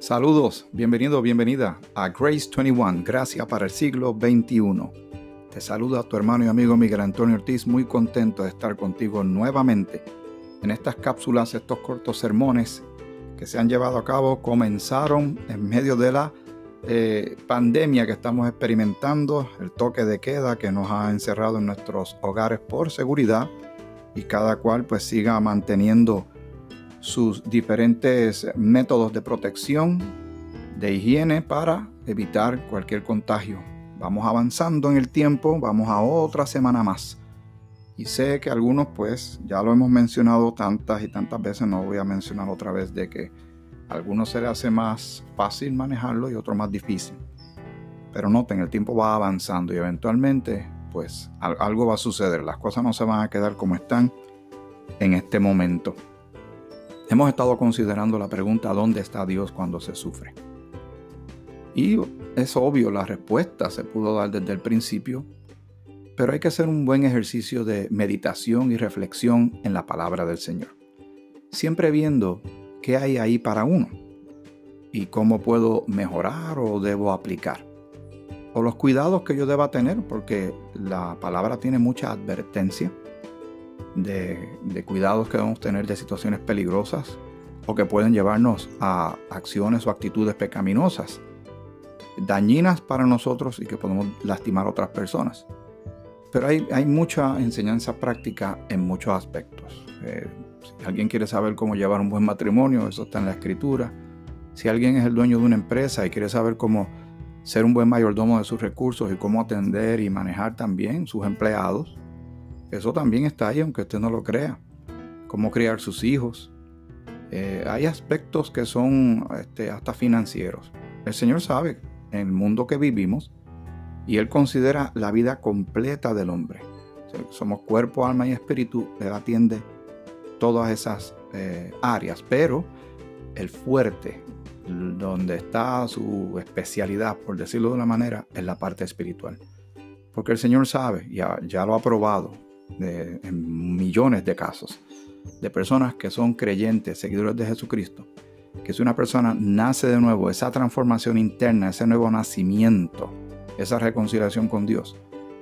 Saludos, bienvenido, bienvenida a Grace 21, Gracia para el siglo XXI. Te saluda tu hermano y amigo Miguel Antonio Ortiz, muy contento de estar contigo nuevamente en estas cápsulas, estos cortos sermones que se han llevado a cabo. Comenzaron en medio de la pandemia que estamos experimentando, el toque de queda que nos ha encerrado en nuestros hogares por seguridad, y cada cual pues siga manteniendo sus diferentes métodos de protección, de higiene para evitar cualquier contagio. Vamos avanzando en el tiempo, vamos a otra semana más. Y sé que algunos pues ya lo hemos mencionado tantas y tantas veces, no voy a mencionar otra vez de que a algunos se les hace más fácil manejarlo y otros más difícil. Pero noten, el tiempo va avanzando y eventualmente pues algo va a suceder. Las cosas no se van a quedar como están en este momento. Hemos estado considerando la pregunta: ¿dónde está Dios cuando se sufre? Y es obvio, la respuesta se pudo dar desde el principio, pero hay que hacer un buen ejercicio de meditación y reflexión en la palabra del Señor, siempre viendo qué hay ahí para uno y cómo puedo mejorar o debo aplicar, o los cuidados que yo deba tener, porque la palabra tiene mucha advertencia de cuidados que debemos tener de situaciones peligrosas o que pueden llevarnos a acciones o actitudes pecaminosas, dañinas para nosotros y que podemos lastimar a otras personas. Pero hay mucha enseñanza práctica en muchos aspectos. Si alguien quiere saber cómo llevar un buen matrimonio, eso está en la Escritura. Si alguien es el dueño de una empresa y quiere saber cómo ser un buen mayordomo de sus recursos y cómo atender y manejar también sus empleados, eso también está ahí, aunque usted no lo crea. Cómo criar sus hijos. Hay aspectos que son hasta financieros. El Señor sabe en el mundo que vivimos y Él considera la vida completa del hombre. Somos cuerpo, alma y espíritu. Él atiende todas esas áreas, pero el fuerte, donde está su especialidad, por decirlo de una manera, es la parte espiritual. Porque el Señor sabe, ya lo ha probado en millones de casos, de personas que son creyentes, seguidores de Jesucristo, que si una persona nace de nuevo, esa transformación interna, ese nuevo nacimiento, esa reconciliación con Dios,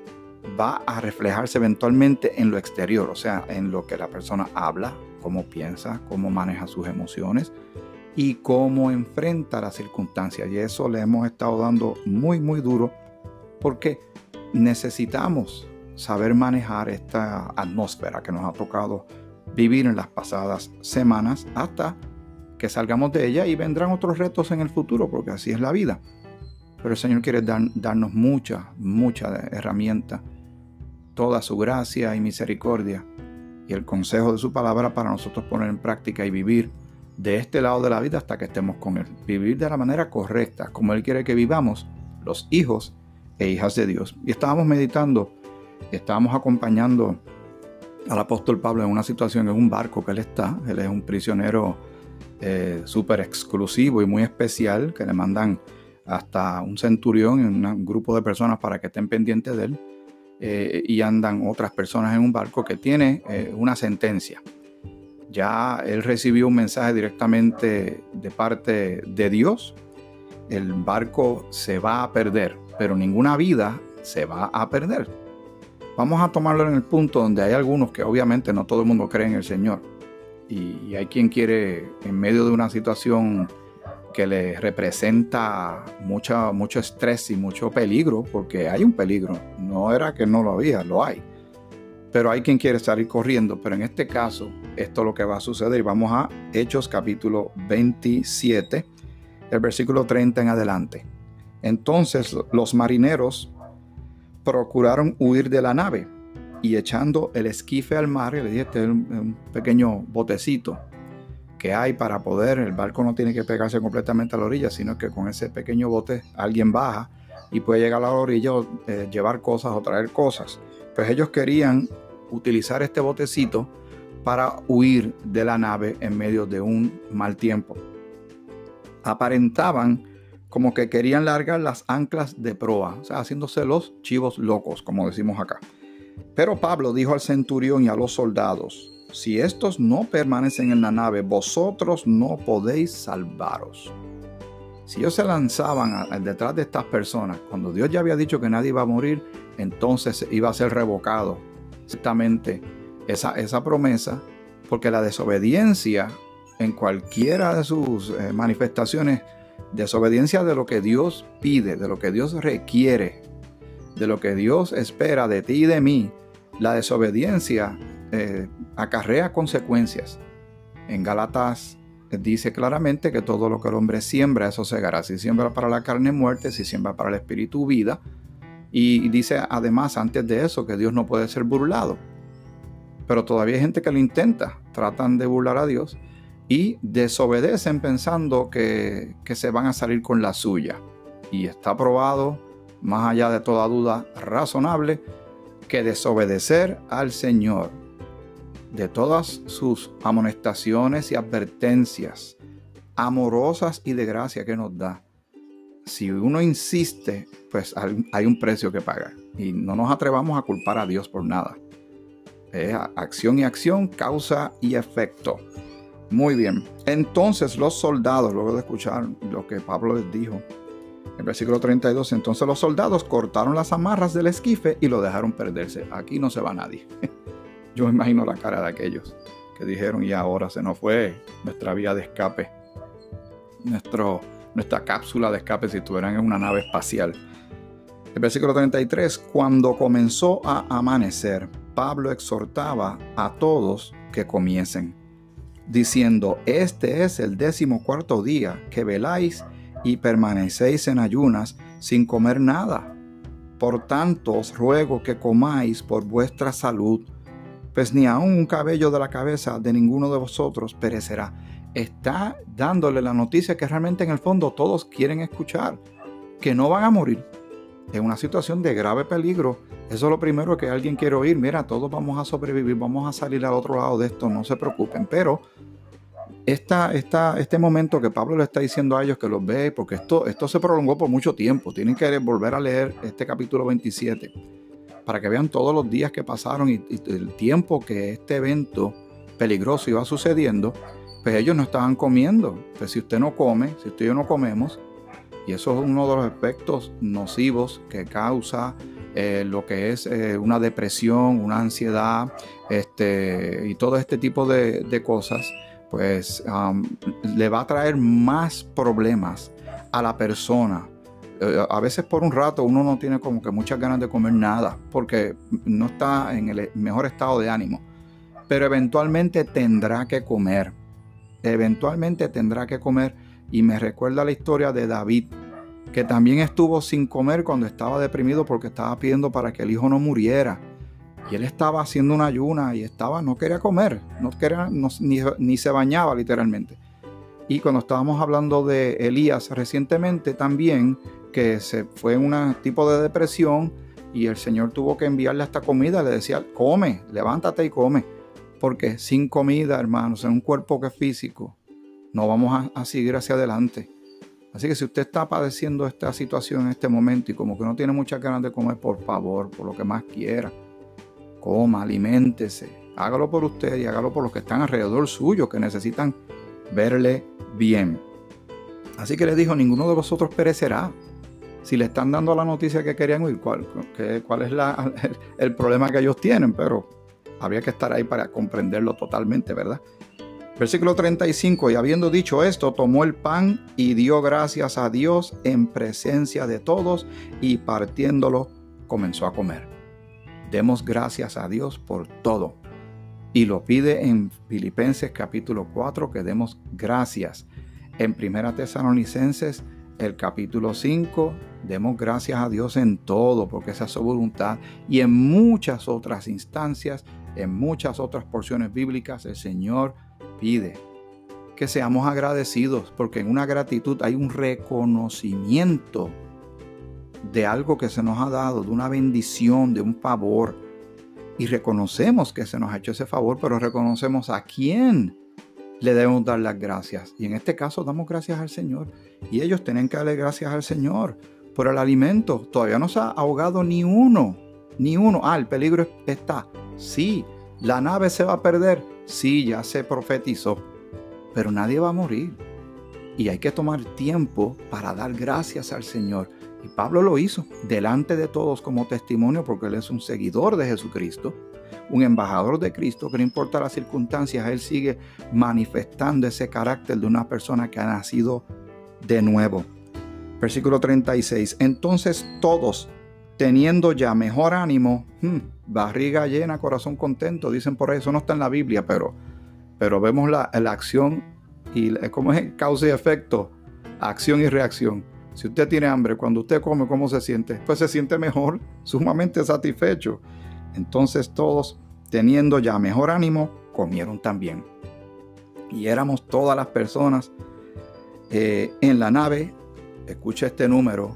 va a reflejarse eventualmente en lo exterior, o sea, en lo que la persona habla, cómo piensa, cómo maneja sus emociones y cómo enfrenta las circunstancias. Y eso le hemos estado dando muy, muy duro, porque necesitamos saber manejar esta atmósfera que nos ha tocado vivir en las pasadas semanas hasta que salgamos de ella, y vendrán otros retos en el futuro, porque así es la vida. Pero el Señor quiere darnos mucha herramienta, toda su gracia y misericordia y el consejo de su palabra para nosotros poner en práctica y vivir de este lado de la vida hasta que estemos con Él. Vivir de la manera correcta, como Él quiere que vivamos, los hijos e hijas de Dios. Y estábamos meditando, estábamos acompañando al apóstol Pablo en una situación, en un barco que él es un prisionero súper exclusivo y muy especial, que le mandan hasta un centurión y un grupo de personas para que estén pendientes de él, y andan otras personas en un barco que tiene una sentencia. Ya él recibió un mensaje directamente de parte de Dios. El barco se va a perder, pero ninguna vida se va a perder. Vamos a tomarlo en el punto donde hay algunos que obviamente no todo el mundo cree en el Señor. Y hay quien quiere, en medio de una situación que le representa mucho estrés y mucho peligro, porque hay un peligro, no era que no lo había, lo hay. Pero hay quien quiere salir corriendo, pero en este caso, esto es lo que va a suceder. Vamos a Hechos capítulo 27, el versículo 30 en adelante. Entonces los marineros procuraron huir de la nave, y echando el esquife al mar, y le dije, este es un pequeño botecito que hay para poder, el barco no tiene que pegarse completamente a la orilla, sino que con ese pequeño bote alguien baja y puede llegar a la orilla o llevar cosas o traer cosas. Pues ellos querían utilizar este botecito para huir de la nave en medio de un mal tiempo. Aparentaban como que querían largar las anclas de proa, o sea, haciéndose los chivos locos, como decimos acá. Pero Pablo dijo al centurión y a los soldados: si estos no permanecen en la nave, vosotros no podéis salvaros. Si ellos se lanzaban detrás de estas personas, cuando Dios ya había dicho que nadie iba a morir, entonces iba a ser revocado exactamente esa promesa, porque la desobediencia en cualquiera de sus manifestaciones, desobediencia de lo que Dios pide, de lo que Dios requiere, de lo que Dios espera de ti y de mí, la desobediencia acarrea consecuencias. En Gálatas dice claramente que todo lo que el hombre siembra, eso segará. Si siembra para la carne, muerte; si siembra para el espíritu, vida. Y dice además antes de eso que Dios no puede ser burlado. Pero todavía hay gente que lo intenta, tratan de burlar a Dios y desobedecen pensando que se van a salir con la suya. Y está probado, más allá de toda duda razonable, que desobedecer al Señor, de todas sus amonestaciones y advertencias amorosas y de gracia que nos da, si uno insiste, pues hay un precio que pagar. Y no nos atrevamos a culpar a Dios por nada. Acción y acción, causa y efecto. Muy bien. Entonces los soldados, luego de escuchar lo que Pablo les dijo, en versículo 32, entonces los soldados cortaron las amarras del esquife y lo dejaron perderse. Aquí no se va nadie. Yo me imagino la cara de aquellos que dijeron, y ahora se nos fue nuestra vía de escape, nuestra cápsula de escape si estuvieran en una nave espacial. El versículo 33, cuando comenzó a amanecer, Pablo exhortaba a todos que comiesen, diciendo: este es el 14º día que veláis y permanecéis en ayunas sin comer nada. Por tanto os ruego que comáis por vuestra salud, pues ni aun un cabello de la cabeza de ninguno de vosotros perecerá. Está dándole la noticia que realmente en el fondo todos quieren escuchar, que no van a morir. En una situación de grave peligro, eso es lo primero que alguien quiere oír. Mira, todos vamos a sobrevivir, vamos a salir al otro lado de esto, no se preocupen. Pero este momento que Pablo le está diciendo a ellos que los ve, porque esto se prolongó por mucho tiempo. Tienen que volver a leer este capítulo 27 para que vean todos los días que pasaron y el tiempo que este evento peligroso iba sucediendo. Pues ellos no estaban comiendo. Pues si usted no come, si usted y yo no comemos, y eso es uno de los efectos nocivos que causa lo que es una depresión, una ansiedad, y todo este tipo de cosas, pues le va a traer más problemas a la persona. A veces por un rato uno no tiene como que muchas ganas de comer nada porque no está en el mejor estado de ánimo, pero eventualmente tendrá que comer. Y me recuerda la historia de David, que también estuvo sin comer cuando estaba deprimido porque estaba pidiendo para que el hijo no muriera. Y él estaba haciendo una ayuna y no quería comer, ni se bañaba literalmente. Y cuando estábamos hablando de Elías recientemente también, que se fue en un tipo de depresión y el Señor tuvo que enviarle esta comida, le decía: come, levántate y come. Porque sin comida, hermanos, en un cuerpo que es físico, no vamos a seguir hacia adelante. Así que si usted está padeciendo esta situación en este momento y como que no tiene muchas ganas de comer, por favor, por lo que más quiera, coma, aliméntese. Hágalo por usted y hágalo por los que están alrededor suyo, que necesitan verle bien. Así que les dijo: ninguno de vosotros perecerá. Si le están dando la noticia que querían oír, ¿cuál es el problema que ellos tienen? Pero habría que estar ahí para comprenderlo totalmente, ¿verdad? Versículo 35, y habiendo dicho esto, tomó el pan y dio gracias a Dios en presencia de todos, y partiéndolo comenzó a comer. Demos gracias a Dios por todo. Y lo pide en Filipenses capítulo 4, que demos gracias. En Primera Tesalonicenses, el capítulo 5, demos gracias a Dios en todo, porque esa es su voluntad. Y en muchas otras instancias, en muchas otras porciones bíblicas, el Señor pide que seamos agradecidos, porque en una gratitud hay un reconocimiento de algo que se nos ha dado, de una bendición, de un favor. Y reconocemos que se nos ha hecho ese favor, pero reconocemos a quién le debemos dar las gracias. Y en este caso damos gracias al Señor. Y ellos tienen que darle gracias al Señor por el alimento. Todavía no se ha ahogado ni uno. El peligro está. Sí. La nave se va a perder. Sí, ya se profetizó. Pero nadie va a morir. Y hay que tomar tiempo para dar gracias al Señor. Y Pablo lo hizo delante de todos como testimonio, porque él es un seguidor de Jesucristo, un embajador de Cristo, que no importa las circunstancias, él sigue manifestando ese carácter de una persona que ha nacido de nuevo. Versículo 36. Entonces todos, teniendo ya mejor ánimo, barriga llena, corazón contento, dicen por ahí. Eso no está en la Biblia, pero vemos la acción y cómo es causa y efecto, acción y reacción. Si usted tiene hambre, cuando usted come, ¿cómo se siente? Pues se siente mejor, sumamente satisfecho. Entonces todos, teniendo ya mejor ánimo, comieron también. Y éramos todas las personas en la nave, escucha este número,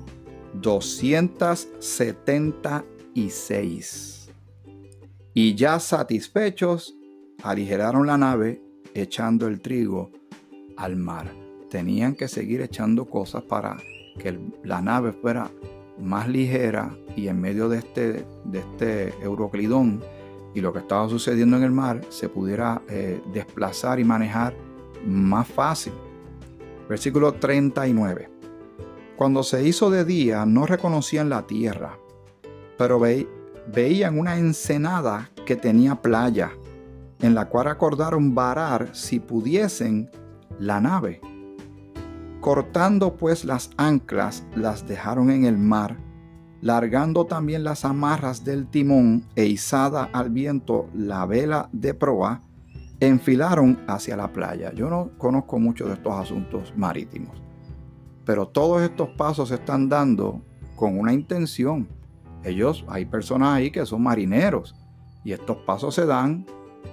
276. Y ya satisfechos, aligeraron la nave echando el trigo al mar. Tenían que seguir echando cosas para que la nave fuera más ligera, y en medio de este Euroclidón y lo que estaba sucediendo en el mar se pudiera desplazar y manejar más fácil. Versículo 39. Cuando se hizo de día no reconocían la tierra, pero veían una ensenada que tenía playa, en la cual acordaron varar si pudiesen la nave. Cortando pues las anclas, las dejaron en el mar, largando también las amarras del timón e izada al viento la vela de proa, enfilaron hacia la playa. Yo no conozco mucho de estos asuntos marítimos, pero todos estos pasos se están dando con una intención. Hay personas ahí que son marineros, y estos pasos se dan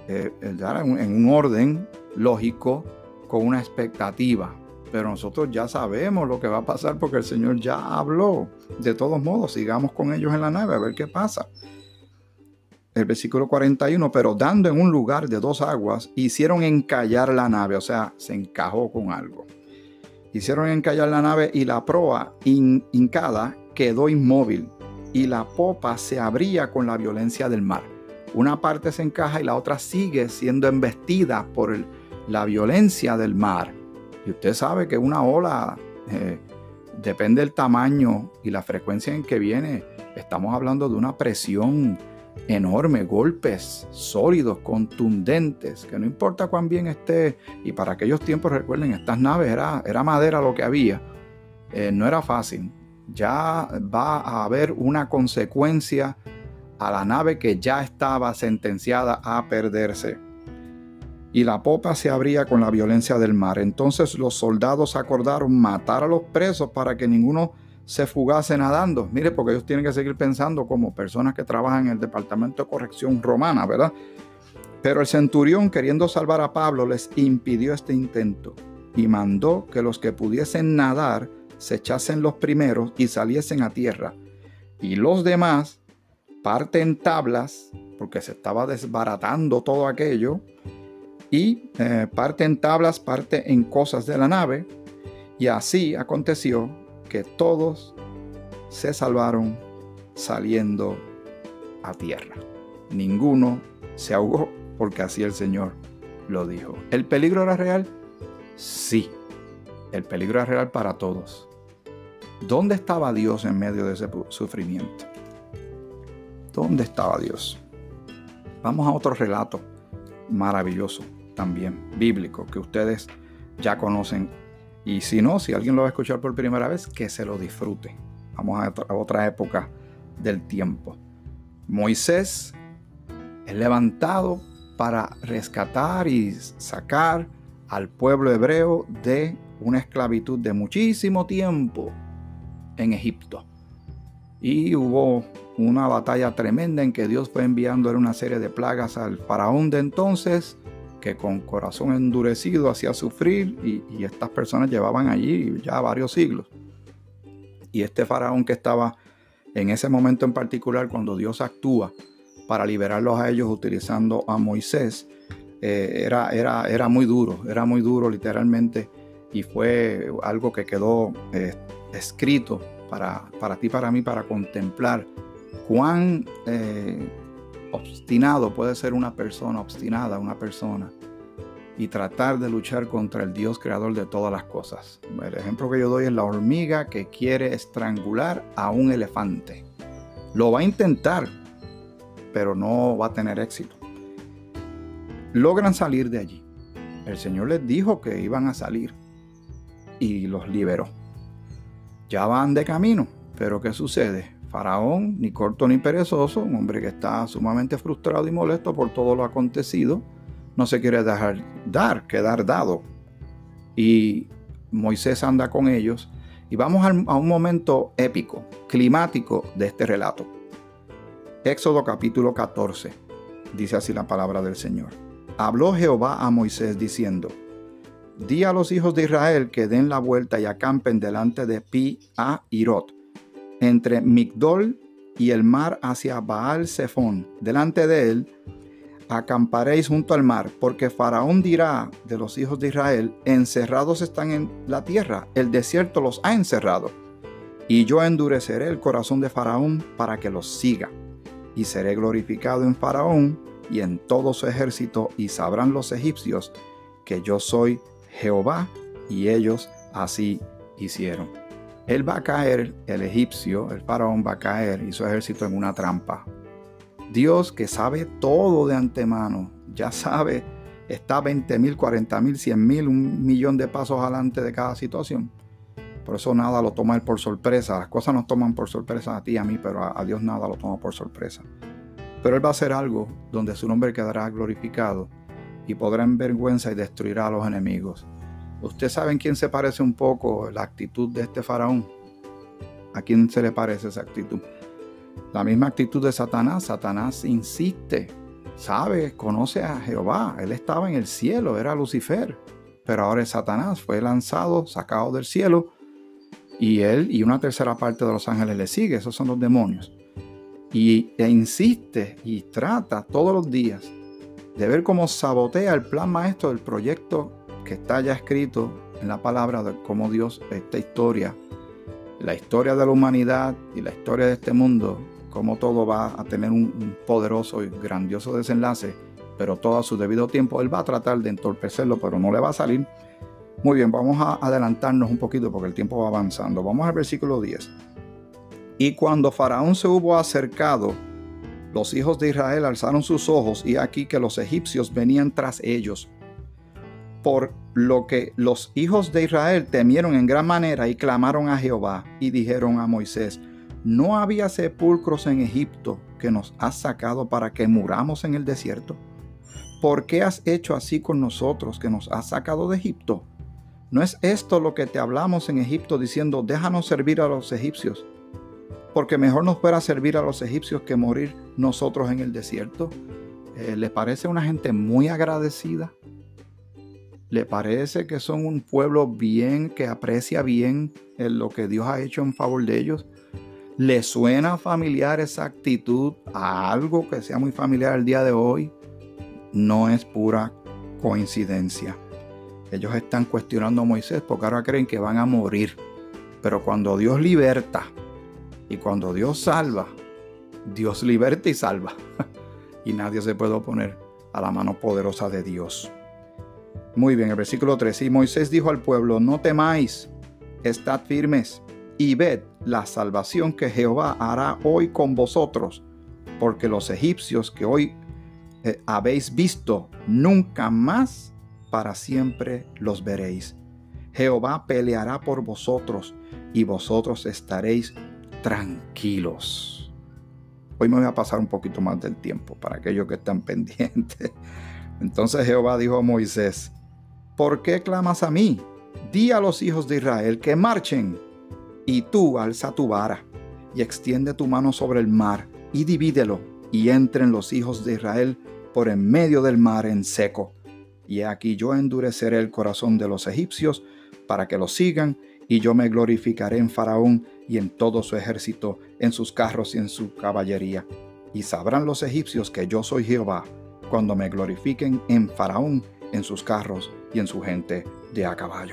en un orden lógico, con una expectativa. Pero nosotros ya sabemos lo que va a pasar, porque el Señor ya habló. De todos modos, sigamos con ellos en la nave a ver qué pasa. El versículo 41, pero dando en un lugar de 2 aguas, hicieron encallar la nave, o sea, se encajó con algo. Hicieron encallar la nave, y la proa hincada quedó inmóvil, y la popa se abría con la violencia del mar. Una parte se encaja y la otra sigue siendo embestida por la violencia del mar. Y usted sabe que una ola depende del tamaño y la frecuencia en que viene. Estamos hablando de una presión enorme, golpes sólidos, contundentes, que no importa cuán bien esté. Y para aquellos tiempos, recuerden, estas naves era madera lo que había. No era fácil. Ya va a haber una consecuencia a la nave que ya estaba sentenciada a perderse. Y la popa se abría con la violencia del mar. Entonces los soldados acordaron matar a los presos para que ninguno se fugase nadando. Mire, porque ellos tienen que seguir pensando como personas que trabajan en el departamento de corrección romana, ¿verdad? Pero el centurión, queriendo salvar a Pablo, les impidió este intento y mandó que los que pudiesen nadar se echasen los primeros y saliesen a tierra. Y los demás, parte en tablas, porque se estaba desbaratando todo aquello, y parte en tablas, parte en cosas de la nave. Y así aconteció que todos se salvaron saliendo a tierra. Ninguno se ahogó, porque así el Señor lo dijo. ¿El peligro era real? Sí, el peligro era real para todos. ¿Dónde estaba Dios en medio de ese sufrimiento? ¿Dónde estaba Dios? Vamos a otro relato maravilloso, también bíblico, que ustedes ya conocen. Y si no, si alguien lo va a escuchar por primera vez, que se lo disfrute. Vamos a otra época del tiempo. Moisés es levantado para rescatar y sacar al pueblo hebreo de una esclavitud de muchísimo tiempo en Egipto. Y hubo una batalla tremenda en que Dios fue enviándole una serie de plagas al faraón de entonces, que con corazón endurecido hacía sufrir, y estas personas llevaban allí ya varios siglos. Y este faraón que estaba en ese momento en particular, cuando Dios actúa para liberarlos a ellos utilizando a Moisés, era muy duro literalmente, y fue algo que quedó escrito para ti, para mí, para contemplar cuán obstinado puede ser una persona, obstinada una persona, y tratar de luchar contra el Dios creador de todas las cosas. El ejemplo que yo doy es la hormiga que quiere estrangular a un elefante. Lo va a intentar, pero no va a tener éxito. Logran salir de allí. El Señor les dijo que iban a salir y los liberó. Ya van de camino, pero ¿qué sucede? Faraón, ni corto ni perezoso, un hombre que está sumamente frustrado y molesto por todo lo acontecido, no se quiere dejar quedar dado. Y Moisés anda con ellos. Y vamos a un momento épico, climático de este relato. Éxodo capítulo 14. Dice así la palabra del Señor. Habló Jehová a Moisés diciendo: Di a los hijos de Israel que den la vuelta y acampen delante de Pi-hahirot, entre Migdol y el mar hacia Baal-Zephón. Delante de él acamparéis junto al mar, porque Faraón dirá de los hijos de Israel: encerrados están en la tierra, el desierto los ha encerrado. Y yo endureceré el corazón de Faraón para que los siga, y seré glorificado en Faraón y en todo su ejército, y sabrán los egipcios que yo soy Jehová. Y ellos así hicieron. Él va a caer, el egipcio, el Faraón va a caer y su ejército en una trampa. Dios, que sabe todo de antemano, ya sabe, está 20,000, 40,000, 100,000, 1,000,000 de pasos adelante de cada situación. Por eso nada lo toma él por sorpresa. Las cosas nos toman por sorpresa a ti y a mí, pero a Dios nada lo toma por sorpresa. Pero él va a hacer algo donde su nombre quedará glorificado y podrá en vergüenza y destruirá a los enemigos. ¿Usted sabe en quién se parece un poco la actitud de este faraón? ¿A quién se le parece esa actitud? La misma actitud de Satanás. Satanás insiste, sabe, conoce a Jehová. Él estaba en el cielo, era Lucifer. Pero ahora es Satanás, fue lanzado, sacado del cielo. Y él y una tercera parte de los ángeles le sigue. Esos son los demonios. E insiste y trata todos los días de ver cómo sabotea el plan maestro del proyecto que está ya escrito en la palabra de cómo Dios, esta historia, la historia de la humanidad y la historia de este mundo, cómo todo va a tener un poderoso y grandioso desenlace, pero todo a su debido tiempo. Él va a tratar de entorpecerlo, pero no le va a salir. Muy bien, vamos a adelantarnos un poquito porque el tiempo va avanzando. Vamos al versículo 10. Y cuando Faraón se hubo acercado, los hijos de Israel alzaron sus ojos, y aquí que los egipcios venían tras ellos. Por lo que los hijos de Israel temieron en gran manera y clamaron a Jehová y dijeron a Moisés: ¿no había sepulcros en Egipto que nos has sacado para que muramos en el desierto? ¿Por qué has hecho así con nosotros que nos has sacado de Egipto? ¿No es esto lo que te hablamos en Egipto diciendo: déjanos servir a los egipcios? Porque mejor nos fuera servir a los egipcios que morir nosotros en el desierto. ¿Le parece una gente muy agradecida? ¿Le parece que son un pueblo bien, que aprecia bien lo que Dios ha hecho en favor de ellos? ¿Le suena familiar esa actitud a algo que sea muy familiar el día de hoy? No es pura coincidencia. Ellos están cuestionando a Moisés porque ahora creen que van a morir. Pero cuando Dios liberta y cuando Dios salva, Dios liberta y salva. Y nadie se puede oponer a la mano poderosa de Dios. Muy bien, el versículo 3. Y Moisés dijo al pueblo: no temáis, estad firmes y ved la salvación que Jehová hará hoy con vosotros, porque los egipcios que hoy habéis visto, nunca más para siempre los veréis. Jehová peleará por vosotros y vosotros estaréis tranquilos. Hoy me voy a pasar un poquito más del tiempo para aquellos que están pendientes. Entonces Jehová dijo a Moisés: ¿por qué clamas a mí? Di a los hijos de Israel que marchen. Y tú alza tu vara y extiende tu mano sobre el mar y divídelo, y entren los hijos de Israel por en medio del mar en seco. Y aquí yo endureceré el corazón de los egipcios para que los sigan, y yo me glorificaré en Faraón y en todo su ejército, en sus carros y en su caballería. Y sabrán los egipcios que yo soy Jehová, cuando me glorifiquen en Faraón, en sus carros y en su gente de a caballo.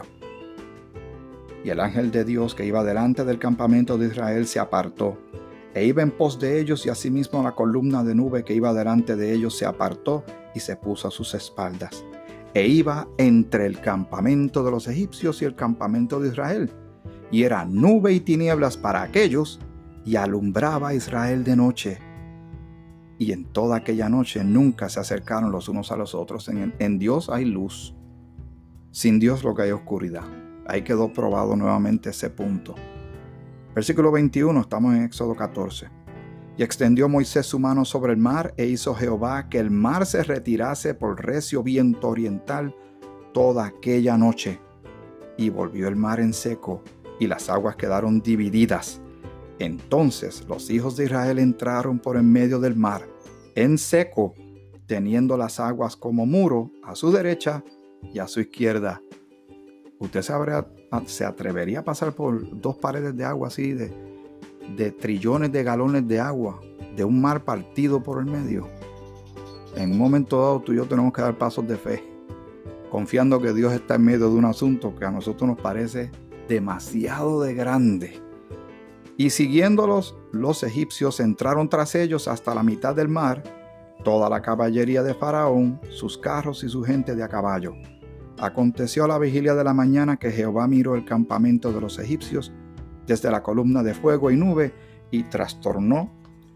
Y el ángel de Dios que iba delante del campamento de Israel se apartó, e iba en pos de ellos, y asimismo la columna de nube que iba delante de ellos se apartó y se puso a sus espaldas. e iba entre el campamento de los egipcios y el campamento de Israel, y era nube y tinieblas para aquellos, y alumbraba a Israel de noche. Y en toda aquella noche nunca se acercaron los unos a los otros. En Dios hay luz. Sin Dios lo que hay oscuridad. Ahí quedó probado nuevamente ese punto. Versículo 21, estamos en Éxodo 14. Y extendió Moisés su mano sobre el mar, e hizo Jehová que el mar se retirase por recio viento oriental toda aquella noche. Y volvió el mar en seco, y las aguas quedaron divididas. Entonces los hijos de Israel entraron por en medio del mar, en seco, teniendo las aguas como muro a su derecha y a su izquierda. ¿Usted se atrevería a pasar por dos paredes de agua así, de trillones de galones de agua, de un mar partido por el medio? En un momento dado tú y yo tenemos que dar pasos de fe, confiando que Dios está en medio de un asunto que a nosotros nos parece demasiado de grande. Y siguiéndolos, los egipcios entraron tras ellos hasta la mitad del mar, toda la caballería de Faraón, sus carros y su gente de a caballo. Aconteció a la vigilia de la mañana que Jehová miró el campamento de los egipcios desde la columna de fuego y nube, y trastornó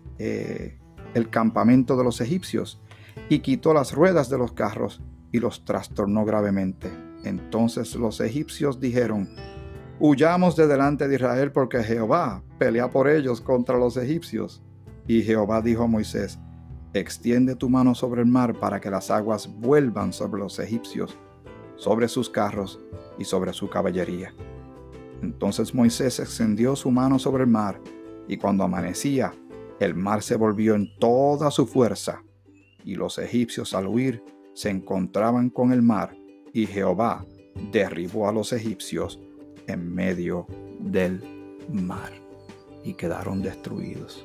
el campamento de los egipcios, y quitó las ruedas de los carros y los trastornó gravemente. Entonces los egipcios dijeron: huyamos de delante de Israel, porque Jehová pelea por ellos contra los egipcios. Y Jehová dijo a Moisés: extiende tu mano sobre el mar para que las aguas vuelvan sobre los egipcios, sobre sus carros y sobre su caballería. Entonces Moisés extendió su mano sobre el mar, y cuando amanecía, el mar se volvió en toda su fuerza, y los egipcios al huir se encontraban con el mar, y Jehová derribó a los egipcios en medio del mar, y quedaron destruidos.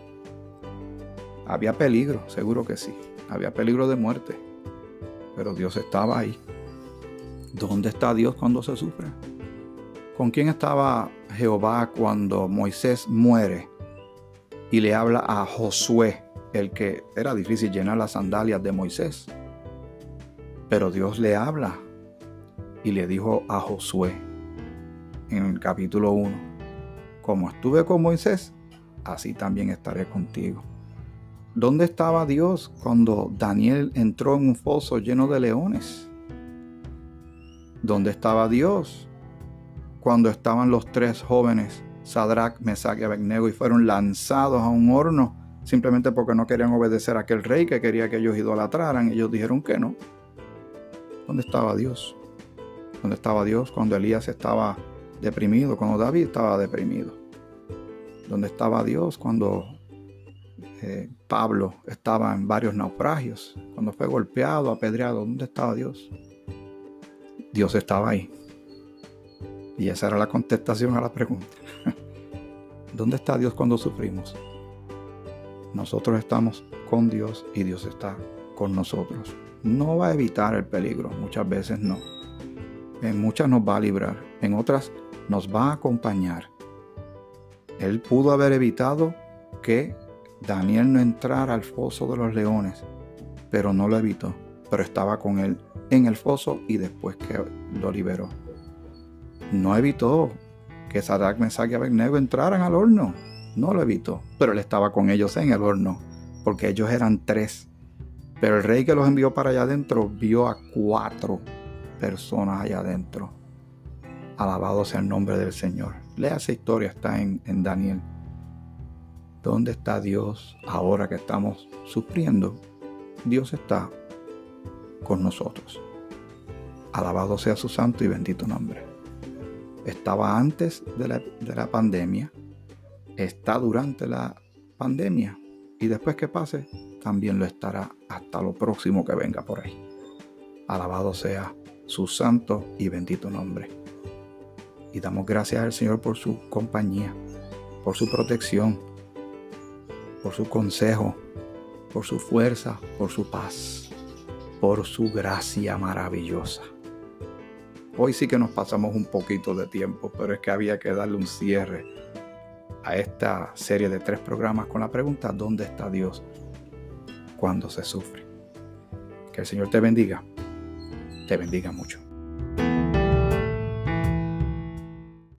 Había peligro, seguro que sí. Había peligro de muerte, pero Dios estaba ahí. ¿Dónde está Dios cuando se sufre? ¿Con quién estaba Jehová cuando Moisés muere y le habla a Josué, el que era difícil llenar las sandalias de Moisés? Pero Dios le habla y le dijo a Josué en el capítulo 1: como estuve con Moisés, así también estaré contigo. ¿Dónde estaba Dios cuando Daniel entró en un foso lleno de leones? ¿Dónde estaba Dios cuando estaban los tres jóvenes, Sadrach, Mesach y Abednego, y fueron lanzados a un horno simplemente porque no querían obedecer a aquel rey que quería que ellos idolatraran? Ellos dijeron que no. ¿Dónde estaba Dios? ¿Dónde estaba Dios cuando Elías estaba deprimido, cuando David estaba deprimido? ¿Dónde estaba Dios cuando Pablo estaba en varios naufragios, cuando fue golpeado, apedreado? ¿Dónde estaba Dios? Dios estaba ahí. Y esa era la contestación a la pregunta. ¿Dónde está Dios cuando sufrimos? Nosotros estamos con Dios y Dios está con nosotros. No va a evitar el peligro, muchas veces no. En muchas nos va a librar, en otras nos va a acompañar. Él pudo haber evitado que Daniel no entrara al foso de los leones, pero no lo evitó. Pero estaba con él en el foso y después que lo liberó. No evitó que Sadrach, Mesach y Abednego entraran al horno. No lo evitó, pero él estaba con ellos en el horno, porque ellos eran 3. Pero el rey que los envió para allá adentro vio a 4 personas allá adentro. Alabado sea el nombre del Señor. Lea esa historia, está en Daniel. ¿Dónde está Dios ahora que estamos sufriendo? Dios está con nosotros. Alabado sea su santo y bendito nombre. Estaba antes de la pandemia, está durante la pandemia, y después que pase, también lo estará hasta lo próximo que venga por ahí. Alabado sea su santo y bendito nombre. Y damos gracias al Señor por su compañía, por su protección, por su consejo, por su fuerza, por su paz, por su gracia maravillosa. Hoy sí que nos pasamos un poquito de tiempo, pero es que había que darle un cierre a esta serie de 3 programas con la pregunta: ¿dónde está Dios cuando se sufre? Que el Señor te bendiga te bendiga mucho.